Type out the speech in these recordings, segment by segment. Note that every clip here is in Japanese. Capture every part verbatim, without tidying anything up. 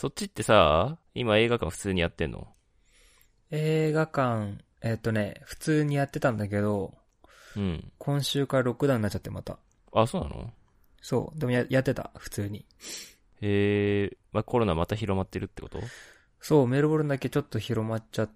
そっちってさ、今映画館普通にやってんの？ 映画館、えっとね、普通にやってたんだけど、 うん。 今週からロックダウンになっちゃってまた。 あ、そうなの？ そう。でもや、やってた、普通に。 へえ、まあ、コロナまた広まってるってこと？ そう、メルボルンだけちょっと広まっちゃって、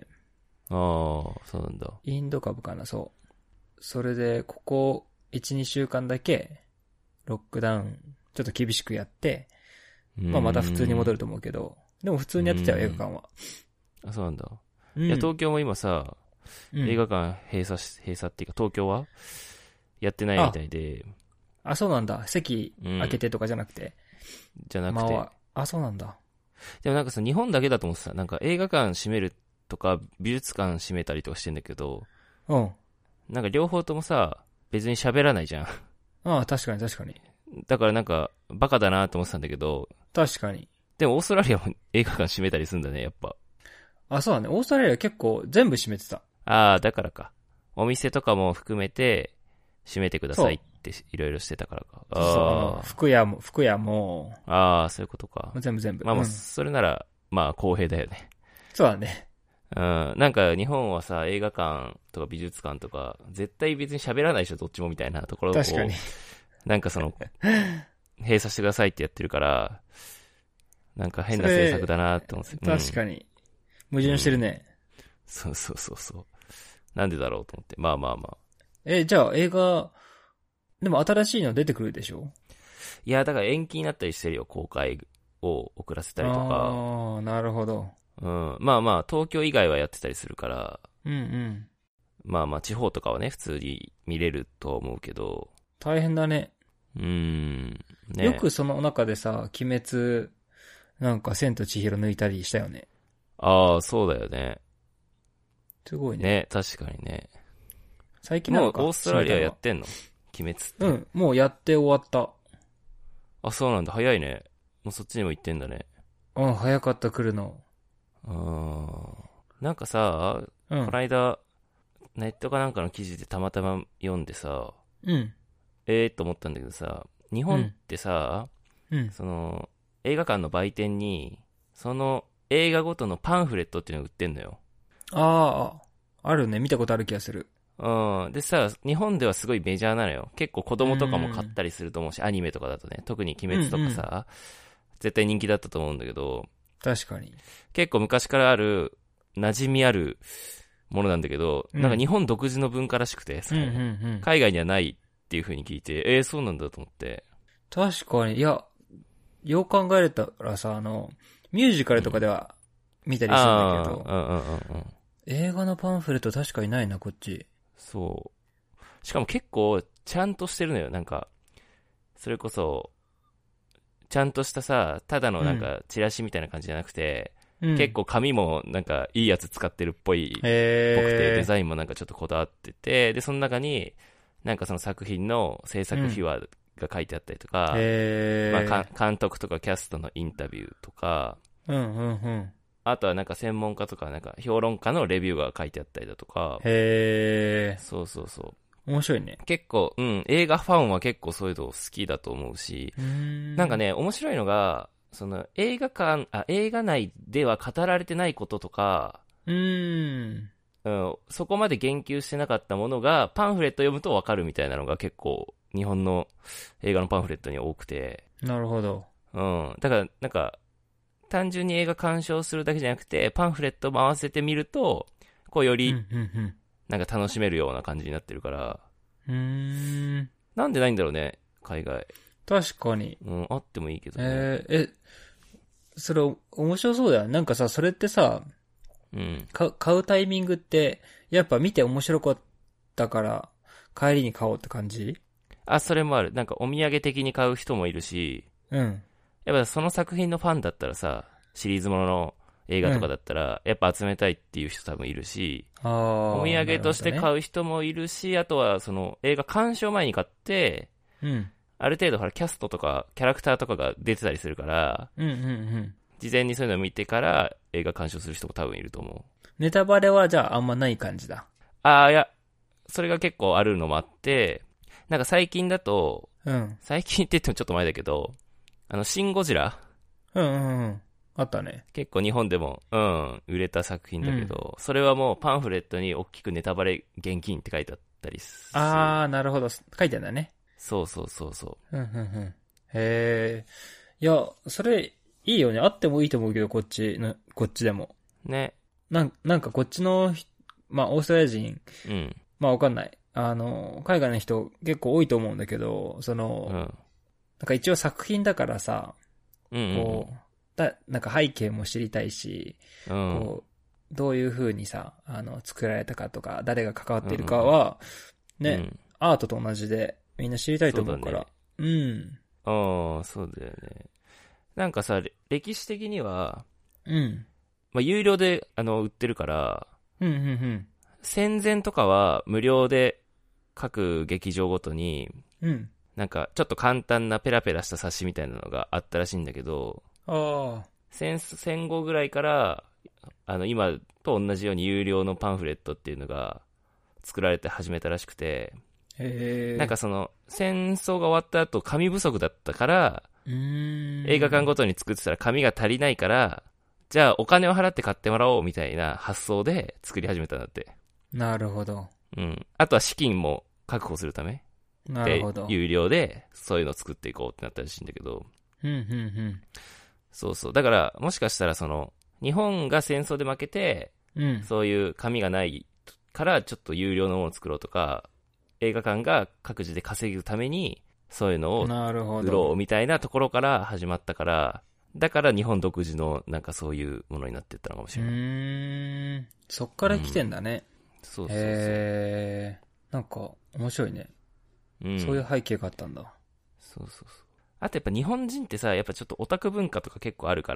ああ、そうなんだ。 インド株かな、そう。それで、ここいち、にしゅうかんだけ、ロックダウン、ちょっと厳しくやって、まあまた普通に戻ると思うけど、でも普通にやってたよ、映画館は。 あ、そうなんだ。 うん、 いや、東京も今さ、 うん、 映画館閉鎖し、閉鎖っていうか、東京はやってないみたいで、 あ、そうなんだ。席うん開けてとかじゃなくて。 じゃなくて、 まあ、あ、そうなんだ。 でもなんかさ、日本だけだと思ってさ、なんか映画館閉めるとか、美術館閉めたりとかしてんだけど、 うん。 なんか両方ともさ、別に喋らないじゃん。 ああ、確かに確かに。 だからなんか、バカだなと思ってたんだけど、 確かに。 でもオーストラリアも映画館閉めたりするんだね、やっぱ。 あ、そうだね。オーストラリア結構全部閉めてた。 ああ、だからか。お店とかも含めて、閉めてくださいっていろいろしてたからか。 そうそう、あの、 あ服屋も、服屋も、 あ、ああ、そういうことか。 全部全部。 まあもう、 うん、 それなら、まあ公平だよね。 そうだね。 うん。なんか日本はさ、映画館とか美術館とか、絶対別に喋らないでしょ、どっちもみたいなところを、 確かに。 なんかその、閉鎖してくださいってやってるから、なんか変な政策だなって思って。 確かに。矛盾してるね。 うん。そうそうそうそう。なんでだろうと思って。まあまあまあ。 え、じゃあ映画、でも新しいの出てくるでしょ？ いや、だから延期になったりしてるよ、公開を遅らせたりとか。 ああ、なるほど。 うん。まあまあ、東京以外はやってたりするから、 うんうん。 まあまあ、地方とかはね、普通に見れると思うけど、 大変だね。 うーん。ね。 よくその中でさ、鬼滅、なんか千と千尋抜いたりしたよね。 ああ、そうだよね。 すごいね。 ね、確かにね。 最近なのか。 もうオーストラリアや閉ってんの？鬼滅って。 めたのは。うん、もうやって終わった。 あ、そうなんだ。早いね。もうそっちにも行ってんだね。 うん、早かった来るの。 ああ。なんかさ、 うん。 この間、ネットかなんかの記事でたまたま読んでさ、 うん。 ええー、と思ったんだけどさ、日本ってさ、 うん。 その、映画館の売店に、その映画ごとのパンフレットっていうのを売ってんのよ。 ああ、あるね。見たことある気がする。 うん。でさ、日本ではすごいメジャーなのよ。結構子供とかも買ったりすると思うし、アニメとかだとね、特に鬼滅とかさ、 うん絶対人気だったと思うんだけど、 確かに。 結構昔からある、馴染みあるものなんだけど、 うんなんか日本独自の文化らしくて、それうんうんうん。 海外にはないっていう風に聞いて、えー、そうなんだと思って。 確かに。いや、よう考えたらさ、あの、ミュージカルとかでは見たりするんだけど、 ああ、うんうんうんうん。 映画のパンフレット確かにないな、こっち。 そう。しかも結構、ちゃんとしてるのよ。なんか、それこそ、ちゃんとしたさ、ただのなんか、チラシみたいな感じじゃなくて、 うん、 結構紙もなんか、いいやつ使ってるっぽい、ぽくて、 へデザインもなんかちょっとこだわってて、で、その中に、なんかその作品の制作秘話が書いてあったりとか、 へまあ、か監督とかキャストのインタビューとか、 うんうんうん。 あとはなんか専門家とか、なんか評論家のレビューが書いてあったりだとか、 へー。 そうそうそう。 面白いね。 結構、うん、映画ファンは結構そういうの好きだと思うし、 んなんか、ね、面白いのが、その映画館、あ、映画内では語られてないこととか、 うーん。 うん、そこまで言及してなかったものが、パンフレット読むとわかるみたいなのが結構、日本の映画のパンフレットに多くて、 なるほど。 うん、だから、なんか、単純に映画鑑賞するだけじゃなくて、パンフレットも合わせてみると、こうより、 うんうんなんか楽しめるような感じになってるから、 うん。うーん。 なんでないんだろうね、海外。 確かに。 うん、あってもいいけどね。 えー、え、それ、面白そうだよね。なんかさ、それってさ、 うん。 か買うタイミングって、やっぱ見て面白かったから、帰りに買おうって感じ？ あ、それもある。なんかお土産的に買う人もいるし、 うん。 やっぱその作品のファンだったらさ、シリーズものの映画とかだったら、やっぱ集めたいっていう人多分いるし、 ああ。 お土産としてう。 買う人もいるし、あとはその映画鑑賞前に買って、 うん。 ある程度ほらキャストとかキャラクターとかが出てたりするから、 うんうんうん。 事前にそういうのを見てから映画鑑賞する人も多分いると思う。 ネタバレはじゃああんまない感じだ。 ああ、いや、それが結構あるのもあって、なんか最近だと、 うん。 最近って言ってもちょっと前だけど、あの、シン・ゴジラうんうんうん。 あったね。 結構日本でも、うん、売れた作品だけど、うん、それはもうパンフレットに大きくネタバレ厳禁って書いてあったりする。 あー、なるほど。書いてあるんだね。 そうそうそうそう。 うんうんうん。へー。いや、それ、いいよね。あってもいいと思うけど、こっちの、こっちでも。 ね。 なん、なんかこっちの、まあ、オーストラリア人。 うん。 まあ、わかんない。あの、海外の人結構多いと思うんだけど、その、 うん、なんか一応作品だからさ、 うんうんうん、 こう、だ、なんか背景も知りたいし、 うん、 こう、どういう風にさ、あの、作られたかとか、誰が関わっているかは、うんうん、ね、うん、アートと同じで、みんな知りたいと思うから。うね、うん。 ああ、そうだよね。なんかさ、歴史的には、 うん。 まあ、有料で、あの、売ってるから、 うん、うん、うん。 戦前とかは無料で各劇場ごとに、 うん。 なんかちょっと簡単なペラペラした冊子みたいなのがあったらしいんだけど、 ああ。 戦、戦後ぐらいから、あの、今と同じように有料のパンフレットっていうのが作られて始めたらしくて、 へなんかその、戦争が終わった後紙不足だったから、 うーん、 映画館ごとに作ってたら紙が足りないから、じゃあお金を払って買ってもらおうみたいな発想で作り始めたんだって。 なるほど。 うん。あとは資金も確保するため。 なるほど。 有料でそういうのを作っていこうってなったらしいんだけど。 うん、うん、うん。 そうそう。だから、もしかしたらその、日本が戦争で負けて、 うん、 そういう紙がないからちょっと有料のものを作ろうとか、映画館が各自で稼ぐために、そういうのを売ろうみたいなところから始まったから、だから日本独自のなんかそういうものになっていったのかもしれない。うーん。そっから来てんだね。 うん、そうそうそう。 へー。なんか面白いね。うん、そういう背景があったんだ。 そうそうそう。あとやっぱ日本人ってさ、やっぱちょっとオタク文化とか結構あるから、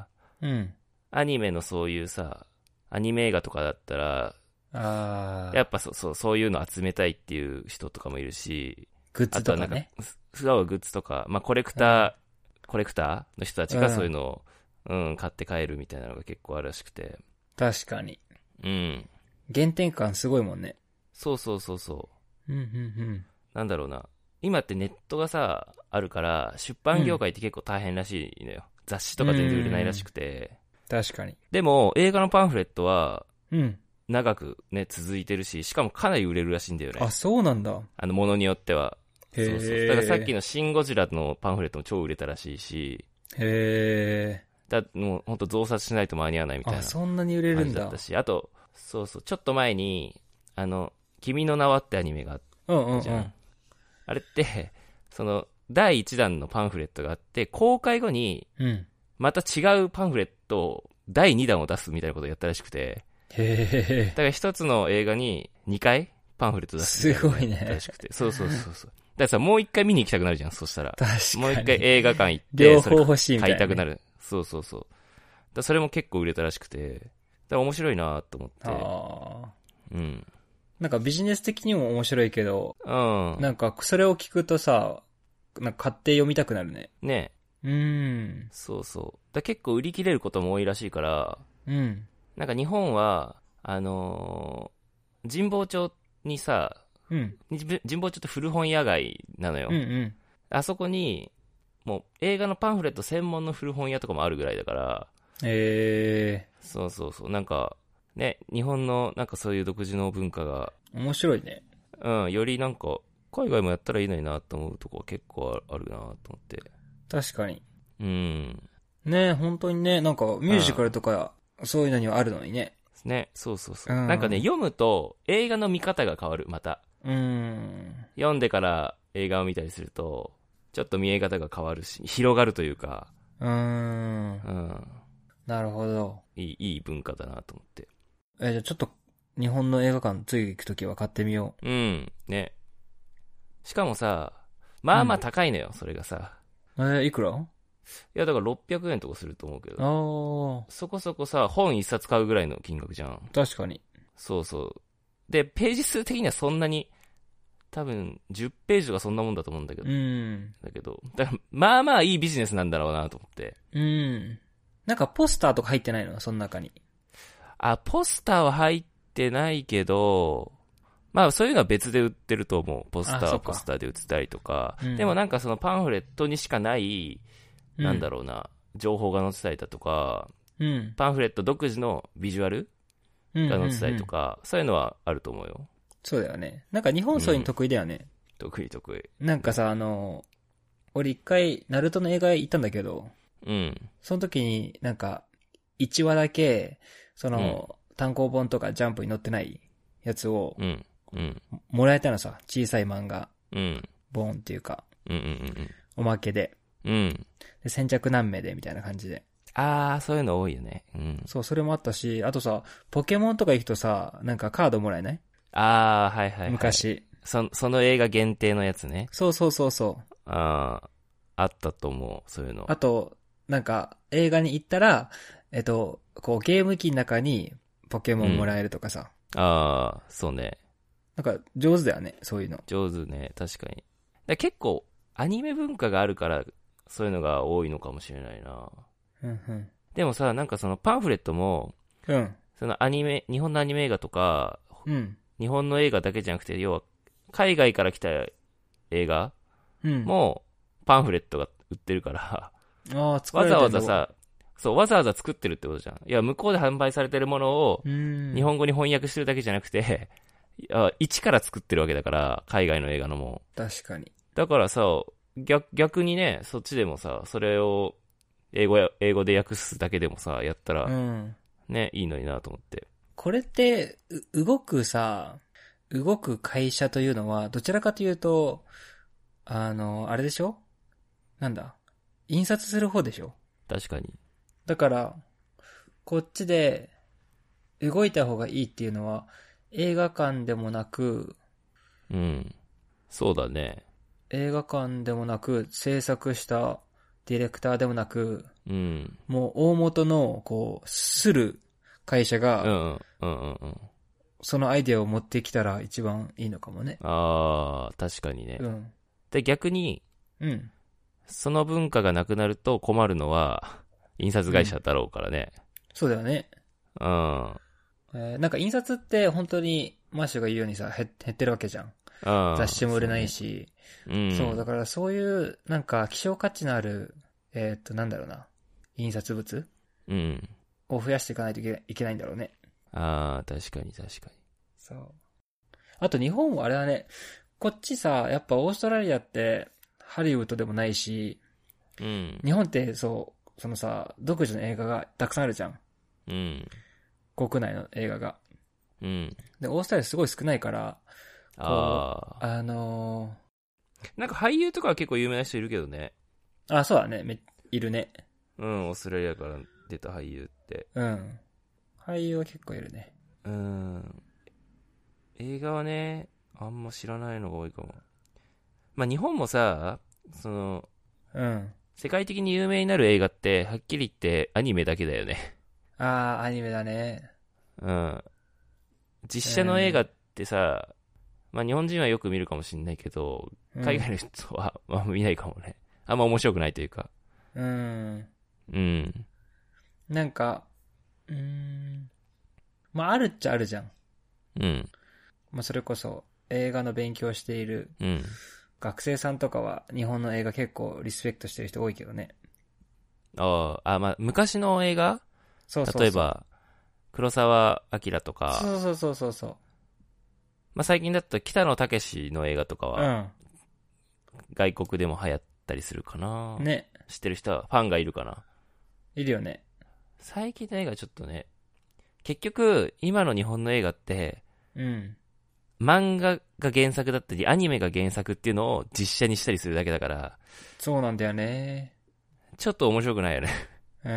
うん。 アニメのそういうさ、アニメ映画とかだったら、 あやっぱそそうそういうの集めたいっていう人とかもいるし、 グッズとかね。あとはなんか、 そうグッズとか、まあコレクター、うん、コレクターの人たちがそういうのを、うん、うん、買って帰るみたいなのが結構あるらしくて。 確かに。 うん。 原点感すごいもんね。 そうそうそうそう。うんうんうん。 なんだろうな。今ってネットがさ、あるから、出版業界って結構大変らしいのよ。うん、雑誌とか全然売れないらしくて。 確かに。 でも、映画のパンフレットは、 うん。 長くね、続いてるし、しかもかなり売れるらしいんだよね。 あ、そうなんだ。 あの、ものによっては。 へー。 そうそう。だからさっきのシン・ゴジラのパンフレットも超売れたらしいし。 へー。だもうほんと増刷しないと間に合わないみたいな。 あ、そんなに売れるんだ。 だったし、あと、そうそう、ちょっと前に、あの、君の名はってアニメがあったじゃん。うんうんうん、あれって、その、だいいちだんのパンフレットがあって、公開後に、また違うパンフレットを、だいにだんを出すみたいなことをやったらしくて、 へー。 だから一つの映画ににかいパンフレット出すみたいな、 すごいね。 らしくて。そうそうそうそう。だからさ、もう一回見に行きたくなるじゃん、そしたら。 確かに。 もう一回映画館行って、 両方欲しいみたいな、ね。 買いたくなる。そうそうそう。だそれも結構売れたらしくて、だから面白いなと思って。 ああ。 うん。 なんかビジネス的にも面白いけど、 うん。 なんかそれを聞くとさ、なんか買って読みたくなるね。 ねえ。うーん。 そうそう。だ結構売り切れることも多いらしいから、 うん。 なんか日本は、あのー、神保町にさ、 うん。 神保町って古本屋街なのよ。 うんうん。 あそこに、もう映画のパンフレット専門の古本屋とかもあるぐらいだから、 へえー。 そうそうそう。なんか、ね、日本のなんかそういう独自の文化が、 面白いね。 うん、よりなんか、海外もやったらいいのになと思うとこは結構あるなと思って。 確かに。 うん。 ね、本当にね、なんかミュージカルとか、そういうのにはあるのにね。 ね、そうそうそう、うん。なんかね、読むと映画の見方が変わる、また。 うん。 読んでから映画を見たりすると、ちょっと見え方が変わるし、広がるというか。 うーん。 うん。 なるほど。 いい、いい文化だなと思って。 え、じゃあちょっと、日本の映画館次行くときは買ってみよう。うん。ね。しかもさ、まあまあ高いのよ、うん、それがさ。 えー、いくら？ いや、だからろっぴゃくえんとかすると思うけど。 ああ。 そこそこさ、本一冊買うぐらいの金額じゃん。 確かに。 そうそう。で、ページ数的にはそんなに、多分、じゅっページとかそんなもんだと思うんだけど。 うん。 だけど、だからまあまあいいビジネスなんだろうなと思って。 うん。なんかポスターとか入ってないの？その中に。 あ、ポスターは入ってないけど、まあそういうのは別で売ってると思う。ポスターはポスターで売ってたりとか。うん、でもなんかそのパンフレットにしかない、なんだろうな、 情報が載ってたりだとか、 うん、 パンフレット独自のビジュアルが載ってたりとか、うんうんうん、そういうのはあると思うよ。 そうだよね。なんか日本そういうの得意だよね。うん、 得意得意。 なんかさ、あの、俺一回、ナルトの映画行ったんだけど、 うん。 その時になんか、いちわだけ、その、うん、単行本とかジャンプに載ってないやつを、 うんうん、 もらえたのさ、小さい漫画、 うん、 本っていうか、 うんうんうん、 おまけで、 うん、 で先着何名でみたいな感じで。 あー、そういうの多いよね。うん。 そう、それもあったし、あとさ、ポケモンとか行くとさ、なんかカードもらえない？ あー、はいはい、はい。 昔。 そ、その映画限定のやつね。 そうそうそうそう。 あー、あったと思う、そういうの。 あと、なんか、映画に行ったら、えっと、こう、ゲーム機の中にポケモンもらえるとかさ。 うん、あー、そうね。 なんか、上手だよね、そういうの。 上手ね、確かに。だ結構、アニメ文化があるから、そういうのが多いのかもしれないな。 うんうん。 でもさ、なんかそのパンフレットも、 うん。 そのアニメ、日本のアニメ映画とか、 うん。 日本の映画だけじゃなくて、要は、海外から来た映画も、パンフレットが売ってるから、 うん、ああ、作られてるわざわざさ、そう、わざわざ作ってるってことじゃん。いや、向こうで販売されてるものを、日本語に翻訳してるだけじゃなくて、いや一から作ってるわけだから、海外の映画のも。 確かに。 だからさ、逆、逆にね、そっちでもさ、それを、英語や、英語で訳すだけでもさ、やったら、うん、ね、いいのになと思って。 これって、動くさ、動く会社というのは、どちらかというと、あの、あれでしょ？なんだ？印刷する方でしょ？ 確かに。 だから、こっちで、動いた方がいいっていうのは、映画館でもなく、 うん。そうだね。 映画館でもなく、制作したディレクターでもなく、 うん。 もう大元の、こう、する会社が、 うんうんうんうん。 そのアイデアを持ってきたら一番いいのかもね。 ああ、確かにね。 うん。 で、逆に、 うん。 その文化がなくなると困るのは、印刷会社だろうからね。うん、 そうだよね。 うん。 えー、なんか印刷って本当に、マッシュが言うようにさ、減ってるわけじゃん。 うん、 雑誌も売れないし。 そうね、うん。 そう、だからそういう、なんか希少価値のある、えー、っと、なんだろうな。印刷物うん。 を増やしていかないといけいけないんだろうね。 ああ、確かに確かに。 そう。あと日本はあれだね。こっちさ、やっぱオーストラリアってハリウッドでもないし、 うん。 日本ってそう、そのさ、独自の映画がたくさんあるじゃん。 うん。 国内の映画が。 うん。 で、オーストラリアすごい少ないから、 ああ。あのー、なんか俳優とかは結構有名な人いるけどね。 あ、そうだね。め、いるね。 うん、オーストラリアから出た俳優って。 うん。俳優は結構いるね。 うん。映画はね、あんま知らないのが多いかも。まあ日本もさ、その、 うん。 世界的に有名になる映画って、はっきり言ってアニメだけだよね。 ああ、アニメだね。 うん。実写の映画ってさ、まあ日本人はよく見るかもしれないけど、海外の人は、まあ見ないかもね。あんま面白くないというか。 うん。 うん。 なんか、うーん。まああるっちゃあるじゃん。 うん。 まあそれこそ映画の勉強している学生さんとかは日本の映画結構リスペクトしてる人多いけどね。 ああ、まあ昔の映画？ そうそうそう。 例えば、黒澤明とか。 そうそうそうそうそう。 まあ最近だと北野武の映画とかは、うん、外国でも流行ったりするかな。 ね。 知ってる人は、ファンがいるかな。 いるよね。 最近の映画ちょっとね、結局、今の日本の映画って、 うん。 漫画が原作だったり、アニメが原作っていうのを実写にしたりするだけだから。 そうなんだよね。 ちょっと面白くないよね。 うん。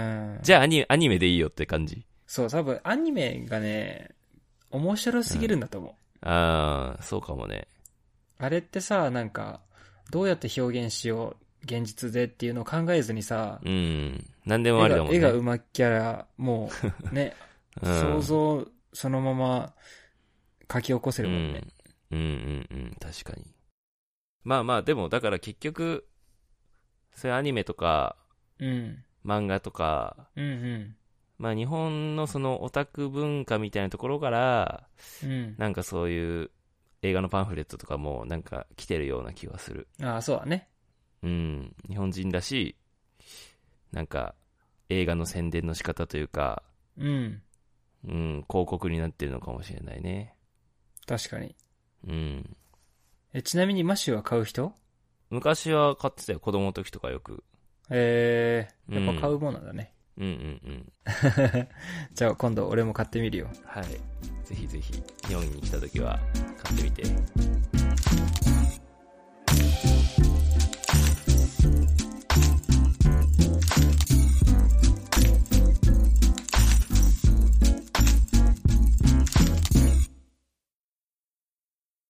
じゃあアニメ、アニメでいいよって感じ。 そう、多分アニメがね、面白すぎるんだと思う。 うん、ああ、そうかもね。 あれってさ、なんか、どうやって表現しよう、現実でっていうのを考えずにさ、 うん。なんでもありだもんね。 絵が、絵が上手きゃら、もう、ね、うん、想像そのまま書き起こせるもんね。 うん、うん、うん、うん、確かに。まあまあ、でも、だから結局、そういうアニメとか、 うん、 漫画とか、 うんうん、 まあ日本のそのオタク文化みたいなところから、 うん、 なんかそういう映画のパンフレットとかもなんか来てるような気はする。 ああ、そうだね。 うん。日本人だし、なんか映画の宣伝の仕方というか、 うん。 うん、広告になってるのかもしれないね。 確かに。 うん。 え、ちなみにマシューは買う人？ 昔は買ってたよ、子供の時とかよく。 えー、やっぱ買うもんなんだね。 うん、うんうんうん。 じゃあ今度俺も買ってみるよ。 はい。ぜひぜひ、日本に来た時は買ってみて。